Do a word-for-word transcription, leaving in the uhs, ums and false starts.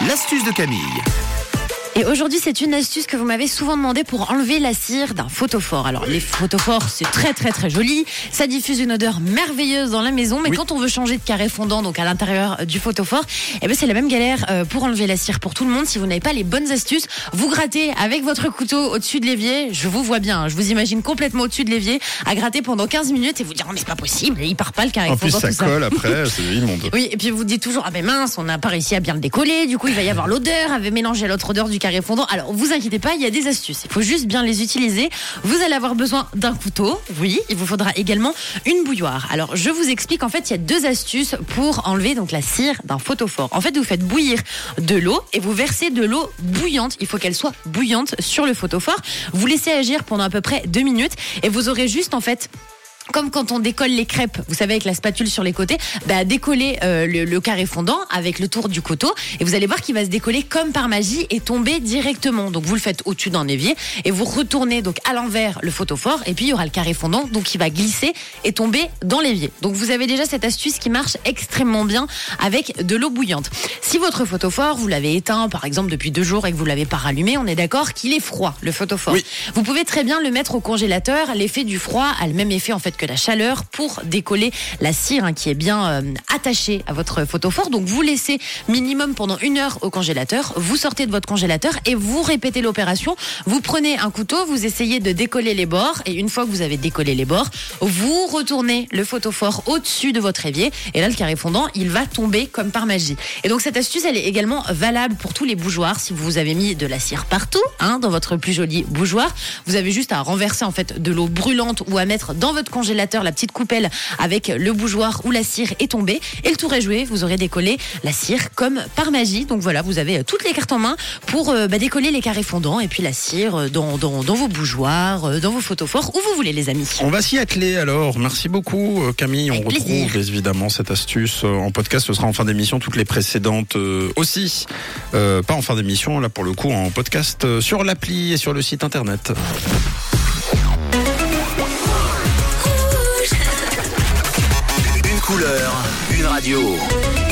l'astuce de Camille. Et aujourd'hui, c'est une astuce que vous m'avez souvent demandé pour enlever la cire d'un photophore. Alors, les photophores, c'est très très très joli. Ça diffuse une odeur merveilleuse dans la maison. Mais oui. Quand on veut changer de carré fondant, donc à l'intérieur du photophore, eh ben, c'est la même galère euh, pour enlever la cire pour tout le monde. Si vous n'avez pas les bonnes astuces, vous grattez avec votre couteau au-dessus de l'évier. Je vous vois bien, hein, je vous imagine complètement au-dessus de l'évier à gratter pendant quinze minutes et vous dire oh, mais c'est pas possible, il part pas le carré en fondant. En plus, ça colle ça. après, c'est immonde. Oui, et puis vous dites toujours ah ben mince, on n'a pas réussi à bien le décoller. Du coup, il va y avoir l'odeur, avait mélangé à l'autre odeur du carré fondant. Alors, vous inquiétez pas, il y a des astuces. Il faut juste bien les utiliser. Vous allez avoir besoin d'un couteau. Oui, il vous faudra également une bouilloire. Alors, je vous explique. En fait, il y a deux astuces pour enlever donc la cire d'un photophore. En fait, vous faites bouillir de l'eau et vous versez de l'eau bouillante. Il faut qu'elle soit bouillante sur le photophore. Vous laissez agir pendant à peu près deux minutes et vous aurez juste en fait comme quand on décolle les crêpes, vous savez, avec la spatule sur les côtés, bah, décoller euh, le, le carré fondant avec le tour du couteau et vous allez voir qu'il va se décoller comme par magie et tomber directement. Donc vous le faites au-dessus d'un évier et vous retournez donc à l'envers le photophore et puis il y aura le carré fondant donc qui va glisser et tomber dans l'évier. Donc vous avez déjà cette astuce qui marche extrêmement bien avec de l'eau bouillante. Si votre photophore, vous l'avez éteint par exemple depuis deux jours et que vous l'avez pas rallumé, on est d'accord qu'il est froid, le photophore. Oui. Vous pouvez très bien le mettre au congélateur. L'effet du froid a le même effet en fait que la chaleur pour décoller la cire hein, qui est bien euh, attachée à votre photophore. Donc vous laissez minimum pendant une heure au congélateur, vous sortez de votre congélateur et vous répétez l'opération. Vous prenez un couteau, vous essayez de décoller les bords et une fois que vous avez décollé les bords, vous retournez le photophore au-dessus de votre évier et là le carré fondant il va tomber comme par magie. Et donc cette astuce elle est également valable pour tous les bougeoirs. Si vous avez mis de la cire partout hein, dans votre plus joli bougeoir, vous avez juste à renverser en fait de l'eau brûlante ou à mettre dans votre congélateur la petite coupelle avec le bougeoir où la cire est tombée et le tour est joué, vous aurez décollé la cire comme par magie. Donc voilà, vous avez toutes les cartes en main pour euh, bah, décoller les carrés fondants et puis la cire dans, dans, dans vos bougeoirs, dans vos photophores, où vous voulez les amis. On va s'y atteler alors. Merci beaucoup Camille. Avec on retrouve plaisir. évidemment cette astuce en podcast. Ce sera en fin d'émission, toutes les précédentes euh, aussi. Euh, pas en fin d'émission, là pour le coup en podcast euh, sur l'appli et sur le site internet. Une couleur, une radio.